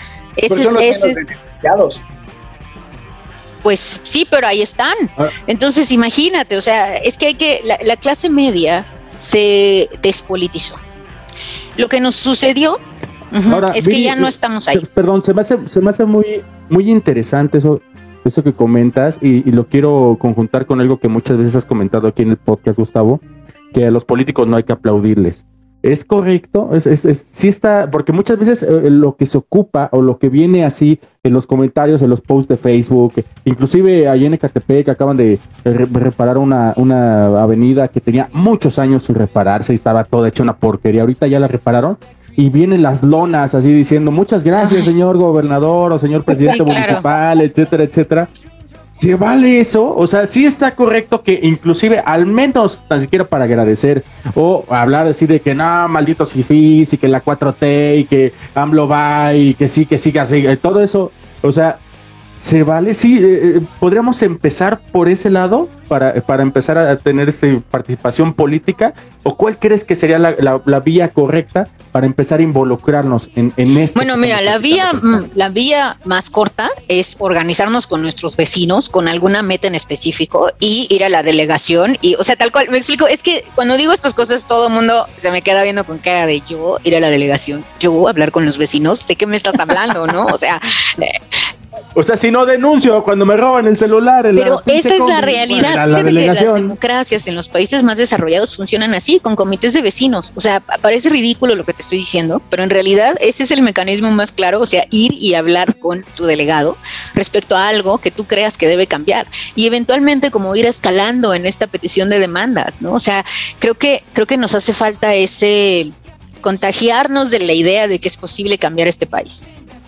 Pues sí, pero ahí están. Entonces imagínate, o sea, es que la clase media se despolitizó. Lo que nos sucedió ahora, es que ya no estamos ahí. Perdón, se me hace muy, muy interesante eso que comentas y lo quiero conjuntar con algo que muchas veces has comentado aquí en el podcast, Gustavo, que a los políticos no hay que aplaudirles. ¿Es correcto? Sí está, porque muchas veces lo que se ocupa o lo que viene así en los comentarios, en los posts de Facebook, inclusive allá en Ecatepec acaban de reparar una avenida que tenía muchos años sin repararse y estaba toda hecha una porquería. Ahorita ya la repararon y vienen las lonas así diciendo muchas gracias, señor gobernador o señor presidente municipal, etcétera, etcétera. ¿Se vale eso? O sea, sí está correcto que inclusive al menos tan siquiera para agradecer o hablar así de que no, malditos fifís y que la 4T y que AMLO va y que sí, que siga así, todo eso, o sea, ¿se vale? Sí, podríamos empezar por ese lado para empezar a tener participación política, o ¿cuál crees que sería la vía correcta para empezar a involucrarnos en esto? Bueno, mira, la vía más corta es organizarnos con nuestros vecinos, con alguna meta en específico y ir a la delegación y, o sea, tal cual, me explico, es que cuando digo estas cosas todo el mundo se me queda viendo con cara de yo ir a la delegación, yo hablar con los vecinos, ¿de qué me estás hablando, no? O sea, O sea, si no denuncio cuando me roban el celular. Pero esa es la realidad. Fíjate que las democracias en los países más desarrollados funcionan así, con comités de vecinos. O sea, parece ridículo lo que te estoy diciendo, pero en realidad ese es el mecanismo más claro. O sea, ir y hablar con tu delegado respecto a algo que tú creas que debe cambiar. Y eventualmente como ir escalando en esta petición de demandas, ¿no? O sea, creo que nos hace falta ese contagiarnos de la idea de que es posible cambiar este país.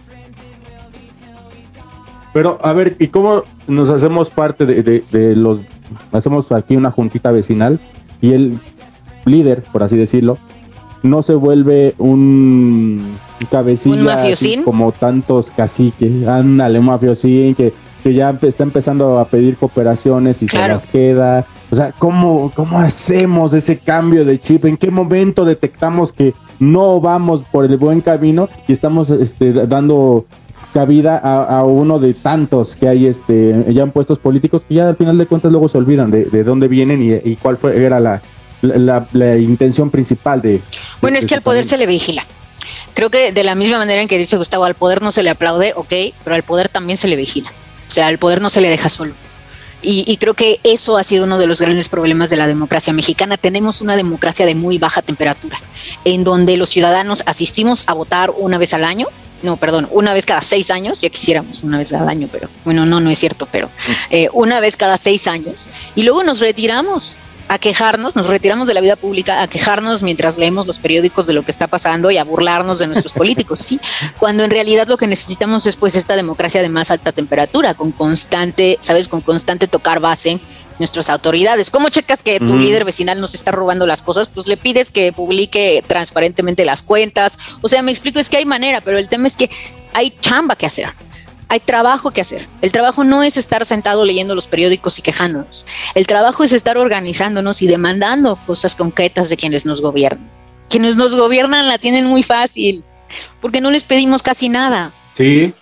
Pero, a ver, ¿y cómo nos hacemos parte de los... Hacemos aquí una juntita vecinal y el líder, por así decirlo, no se vuelve un cabecilla ¿un mafiosín? Como tantos caciques, ándale, un mafiosín que ya está empezando a pedir cooperaciones y se las queda? O sea, ¿cómo hacemos ese cambio de chip? ¿En qué momento detectamos que no vamos por el buen camino y estamos dando cabida a uno de tantos que hay ya en puestos políticos que ya al final de cuentas luego se olvidan de dónde vienen y cuál era la intención principal de... Bueno, es que al poder se le vigila. Creo que de la misma manera en que dice Gustavo, al poder no se le aplaude, ok, pero al poder también se le vigila. O sea, al poder no se le deja solo. Y creo que eso ha sido uno de los grandes problemas de la democracia mexicana. Tenemos una democracia de muy baja temperatura, en donde los ciudadanos asistimos a votar una vez al año. No, perdón, una vez cada 6 años, ya quisiéramos una vez cada año, pero bueno, no es cierto, pero una vez cada 6 años. Y luego nos retiramos a quejarnos, nos retiramos de la vida pública a quejarnos mientras leemos los periódicos de lo que está pasando y a burlarnos de nuestros políticos, sí, cuando en realidad lo que necesitamos es pues esta democracia de más alta temperatura, con constante tocar base nuestras autoridades. ¿Cómo checas que tu líder vecinal nos está robando las cosas? Pues le pides que publique transparentemente las cuentas. O sea, me explico, es que hay manera, pero el tema es que hay chamba que hacer. Hay trabajo que hacer. El trabajo no es estar sentado leyendo los periódicos y quejándonos. El trabajo es estar organizándonos y demandando cosas concretas de quienes nos gobiernan. Quienes nos gobiernan la tienen muy fácil, porque no les pedimos casi nada. Sí.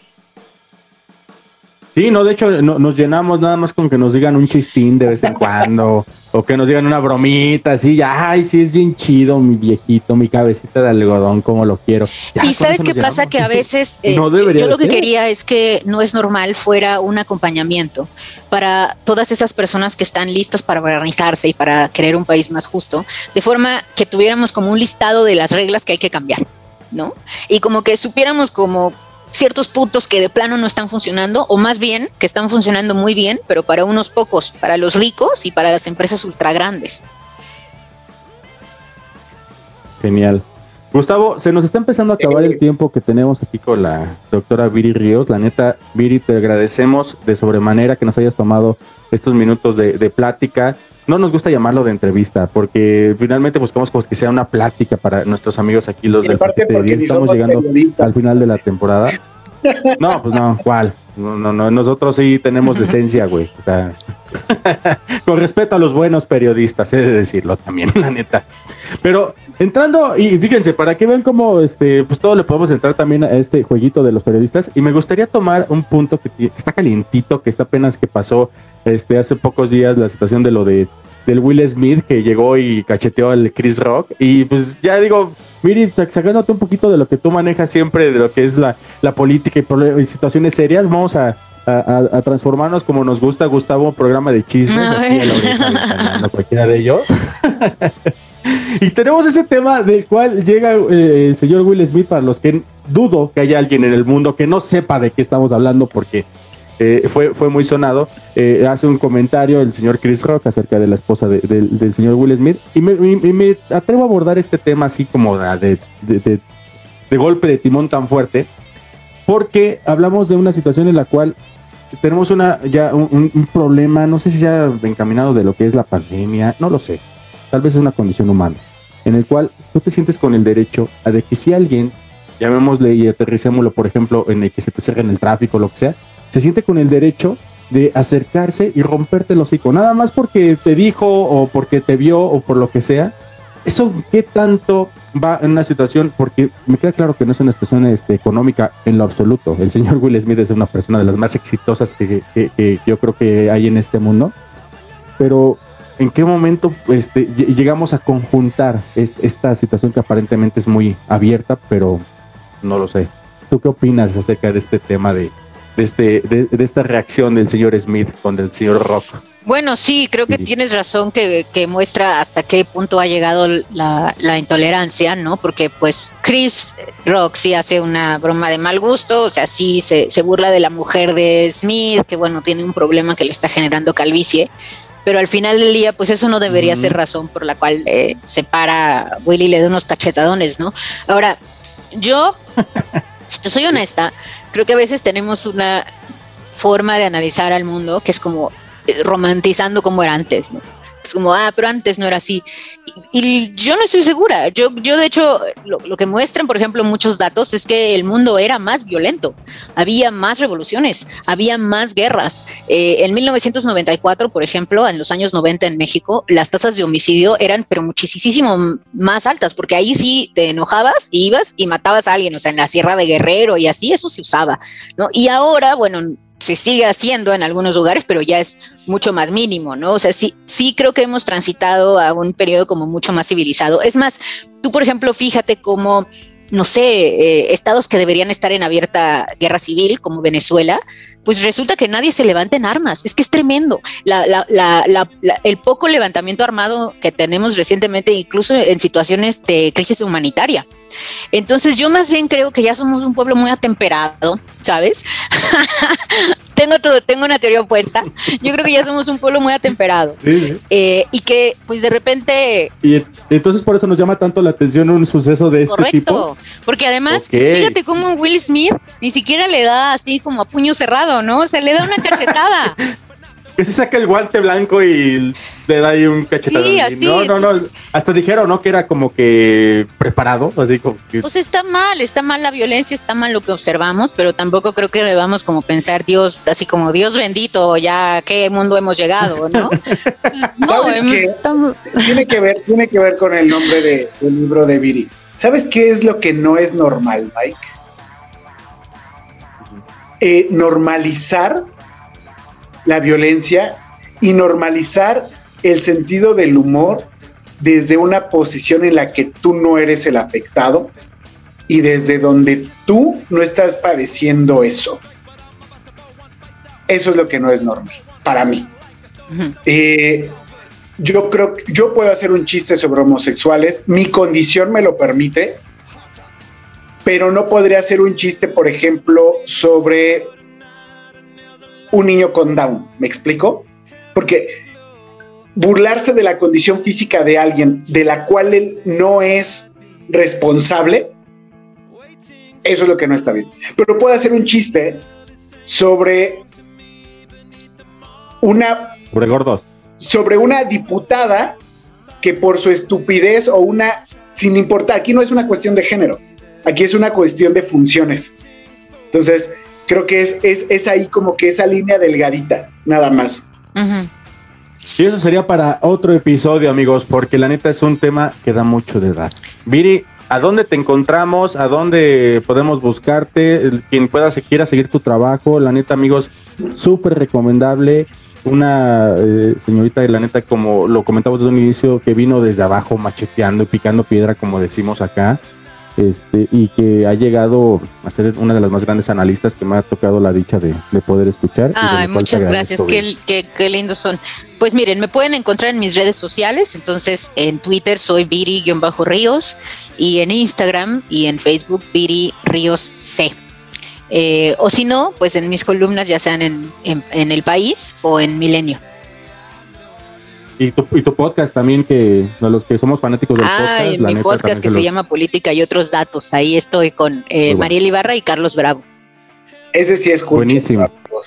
Sí, no, de hecho nos llenamos nada más con que nos digan un chistín de vez en cuando, o que nos digan una bromita, así, ya, ay, sí es bien chido mi viejito, mi cabecita de algodón, como lo quiero. Ya, y ¿sabes qué pasa? Que a veces no yo lo que quería es que No es Normal fuera un acompañamiento para todas esas personas que están listas para organizarse y para querer un país más justo, de forma que tuviéramos como un listado de las reglas que hay que cambiar, ¿no? Y como que supiéramos como ciertos puntos que de plano no están funcionando, o más bien que están funcionando muy bien, pero para unos pocos, para los ricos y para las empresas ultra grandes. Genial. Gustavo, se nos está empezando a acabar el tiempo que tenemos aquí con la doctora Viri Ríos. La neta, Viri, te agradecemos de sobremanera que nos hayas tomado estos minutos de plática. No nos gusta llamarlo de entrevista, porque finalmente buscamos como que sea una plática para nuestros amigos aquí, los del Paquete de 10. Estamos llegando al final de la temporada. No, pues no, ¿cuál? No, nosotros sí tenemos decencia, güey. O sea, con respeto a los buenos periodistas, he de decirlo también, la neta. Pero entrando, y fíjense, para que vean cómo pues todo le podemos entrar también a este jueguito de los periodistas, y me gustaría tomar un punto que está calientito, que está apenas que pasó hace pocos días, la situación de lo del Will Smith, que llegó y cacheteó al Chris Rock, y pues ya digo, Miri, sacándote un poquito de lo que tú manejas siempre, de lo que es la política y situaciones serias, vamos a transformarnos, como nos gusta, Gustavo, un programa de chismes, aquí a la oreja, cualquiera de ellos. Y tenemos ese tema del cual llega el señor Will Smith, para los que dudo que haya alguien en el mundo que no sepa de qué estamos hablando, porque fue muy sonado. Hace un comentario el señor Chris Rock acerca de la esposa del señor Will Smith, y me atrevo a abordar este tema así como de golpe de timón tan fuerte, porque hablamos de una situación en la cual tenemos un problema, no sé si ya encaminado de lo que es la pandemia, no lo sé, tal vez es una condición humana, en el cual tú te sientes con el derecho a de que si alguien, llamémosle y aterricémoslo, por ejemplo, en el que se te cierre en el tráfico, lo que sea, se siente con el derecho de acercarse y romperte el hocico, nada más porque te dijo o porque te vio o por lo que sea. ¿Eso qué tanto va en una situación? Porque me queda claro que no es una situación económica en lo absoluto. El señor Will Smith es una persona de las más exitosas que yo creo que hay en este mundo, pero ¿en qué momento llegamos a conjuntar esta situación que aparentemente es muy abierta, pero no lo sé? ¿Tú qué opinas acerca de este tema de de esta reacción del señor Smith con el señor Rock. Bueno, sí, creo que tienes razón que muestra hasta qué punto ha llegado la intolerancia, ¿no? Porque pues Chris Rock sí hace una broma de mal gusto, o sea, sí se burla de la mujer de Smith, que bueno, tiene un problema que le está generando calvicie, pero al final del día, pues eso no debería ser razón por la cual se para Willy y le da unos cachetadones, ¿no? Ahora, yo, si te soy honesta, creo que a veces tenemos una forma de analizar al mundo que es como romantizando como era antes, ¿no? Es como, pero antes no era así. Y yo no estoy segura. Yo de hecho, lo que muestran, por ejemplo, muchos datos es que el mundo era más violento. Había más revoluciones, había más guerras. En 1994, por ejemplo, en los años 90 en México, las tasas de homicidio eran pero muchísimo más altas, porque ahí sí te enojabas y ibas y matabas a alguien, o sea, en la Sierra de Guerrero y así, eso se usaba, ¿no? Y ahora, bueno, se sigue haciendo en algunos lugares, pero ya es mucho más mínimo, ¿no? O sea, sí creo que hemos transitado a un periodo como mucho más civilizado. Es más, tú, por ejemplo, fíjate cómo, no sé, estados que deberían estar en abierta guerra civil, como Venezuela, pues resulta que nadie se levanta en armas. Es que es tremendo. El poco levantamiento armado que tenemos recientemente, incluso en situaciones de crisis humanitaria. Entonces yo más bien creo que ya somos un pueblo muy atemperado, ¿sabes? Tengo una teoría opuesta. Yo creo que ya somos un pueblo muy atemperado. Sí. Y que pues de repente... Y entonces por eso nos llama tanto la atención un suceso de este tipo. Correcto, porque además, fíjate cómo Will Smith ni siquiera le da así como a puño cerrado, ¿no? O sea, le da una cachetada. Que se saca el guante blanco y le da ahí un cachetado. Sí, así, no. entonces, hasta dijeron, ¿no? Que era como que preparado, así como que... Pues está mal la violencia, está mal lo que observamos, pero tampoco creo que debamos como pensar, Dios, así como Dios bendito, ya qué mundo hemos llegado, ¿no? No, tiene que ver con el nombre del libro de Viri. ¿Sabes qué es lo que no es normal, Mike? Normalizar la violencia y normalizar el sentido del humor desde una posición en la que tú no eres el afectado y desde donde tú no estás padeciendo eso. Eso es lo que no es normal para mí. Yo creo que yo puedo hacer un chiste sobre homosexuales, mi condición me lo permite, pero no podría hacer un chiste, por ejemplo, sobre un niño con Down. ¿Me explico? Porque burlarse de la condición física de alguien de la cual él no es responsable, eso es lo que no está bien. Pero puedo hacer un chiste sobre una diputada que por su estupidez o sin importar, aquí no es una cuestión de género, aquí es una cuestión de funciones. Entonces, creo que es ahí como que esa línea delgadita, nada más. Uh-huh. Y eso sería para otro episodio, amigos, porque la neta es un tema que da mucho de dar. Viri, ¿a dónde te encontramos? ¿A dónde podemos buscarte? Quien quiera seguir tu trabajo, la neta, amigos, súper recomendable. Una señorita de la neta, como lo comentamos desde un inicio, que vino desde abajo macheteando y picando piedra, como decimos acá. Y que ha llegado a ser una de las más grandes analistas que me ha tocado la dicha de poder escuchar. Ay, muchas gracias, qué lindos son. Pues miren, me pueden encontrar en mis redes sociales, entonces en Twitter soy Viri-Ríos y en Instagram y en Facebook Viri Ríos C. O si no, pues en mis columnas ya sean en El País o en Milenio. Y tu podcast también, que a los que somos fanáticos del podcast. Mi podcast que se llama Política y Otros Datos. Ahí estoy con Mariel Ibarra y Carlos Bravo. Ese sí es buenísimo.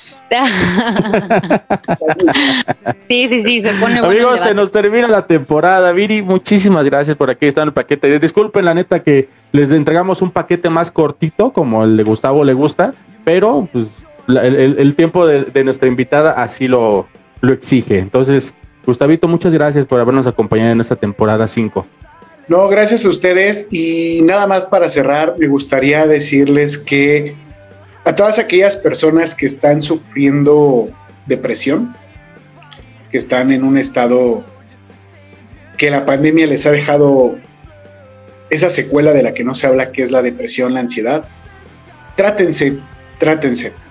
Sí, se pone bueno. Amigos, se nos termina la temporada. Viri, muchísimas gracias por aquí estar en el paquete. Disculpen, la neta, que les entregamos un paquete más cortito, como el de Gustavo le gusta, pero pues el tiempo de nuestra invitada así lo exige. Entonces, Gustavito, muchas gracias por habernos acompañado en esta temporada 5. No, gracias a ustedes. Y nada más para cerrar, me gustaría decirles que a todas aquellas personas que están sufriendo depresión, que están en un estado que la pandemia les ha dejado esa secuela de la que no se habla, que es la depresión, la ansiedad, trátense.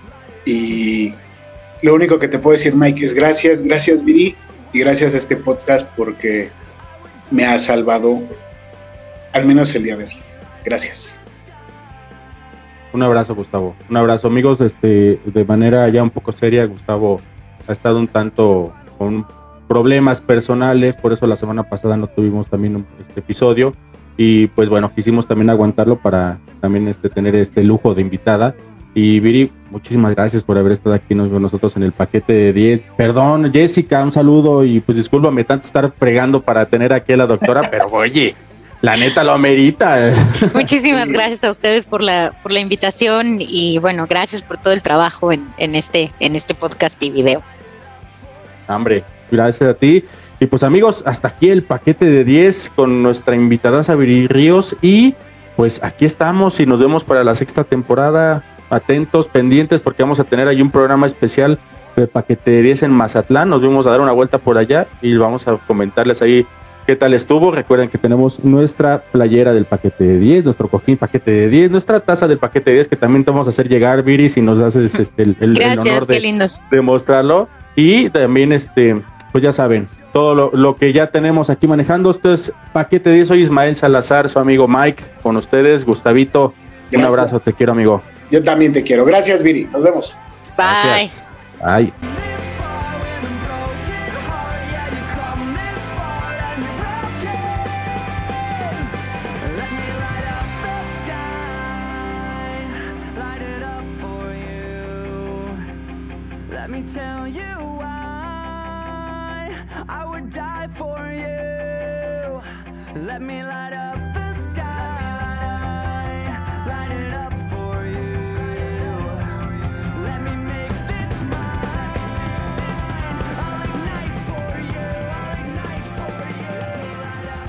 Y lo único que te puedo decir, Mike, es gracias Viri, y gracias a este podcast porque me ha salvado al menos el día de hoy. Gracias. Un abrazo, Gustavo. Un abrazo, amigos. De manera ya un poco seria, Gustavo ha estado un tanto con problemas personales, por eso la semana pasada no tuvimos también este episodio. Y pues bueno, quisimos también aguantarlo para también tener este lujo de invitada. Y Viri, muchísimas gracias por haber estado aquí con nosotros en el paquete de 10. Perdón, Jessica, un saludo y pues discúlpame tanto estar fregando para tener aquí a la doctora, pero oye, la neta lo amerita. Muchísimas gracias a ustedes por la invitación y bueno, gracias por todo el trabajo en este podcast y video. Hombre, gracias a ti. Y pues amigos, hasta aquí el paquete de 10 con nuestra invitada Viri Ríos y pues aquí estamos y nos vemos para la 6ª temporada. Atentos, pendientes, porque vamos a tener ahí un programa especial de paquete de 10 en Mazatlán. Nos vamos a dar una vuelta por allá y vamos a comentarles ahí qué tal estuvo. Recuerden que tenemos nuestra playera del paquete de 10, nuestro cojín paquete de 10, nuestra taza del paquete de 10 que también te vamos a hacer llegar, Viri, si nos haces el honor de mostrarlo. Y también, pues ya saben, todo lo que ya tenemos aquí manejando. Esto es paquete de 10. Soy Ismael Salazar, su amigo Mike, con ustedes. Gustavito, gracias. Un abrazo, te quiero, amigo. Yo también te quiero. Gracias, Viri. Nos vemos. Bye. Gracias. Bye. Let me tell you why I would die for you. Let me light up the sky, light it up for you. Let me make this mine. I'll ignite for you, I'll ignite for you. Light up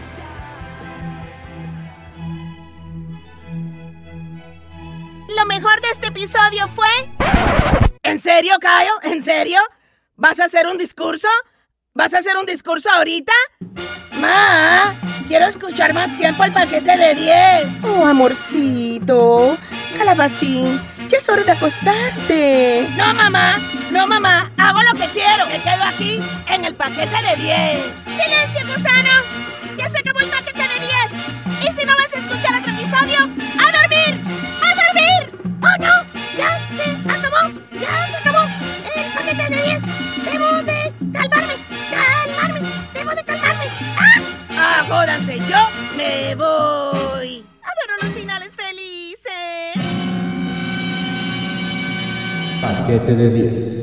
the sky. Lo mejor de este episodio fue... ¿En serio, Kyle? ¿En serio? ¿Vas a hacer un discurso? ¿Vas a hacer un discurso ahorita? Ma, quiero escuchar más tiempo el paquete de 10. Oh, amorcito. Calabacín, ya es hora de acostarte. No, mamá. No, mamá. Hago lo que quiero. Me quedo aquí en el paquete de 10. ¡Silencio, gusano! ¡Ya se acabó el paquete de 10! Y si no vas a escuchar otro episodio, ¡a dormir! ¡A dormir! ¡Oh, no! ¡Ya se acabó! ¡Ya se acabó el paquete de 10! ¡Debo de calmarme! ¡Debo de calmarme! ¡Ah! ¡Jódanse! ¡Yo me voy! ¡Adoro los finales felices! Paquete de 10.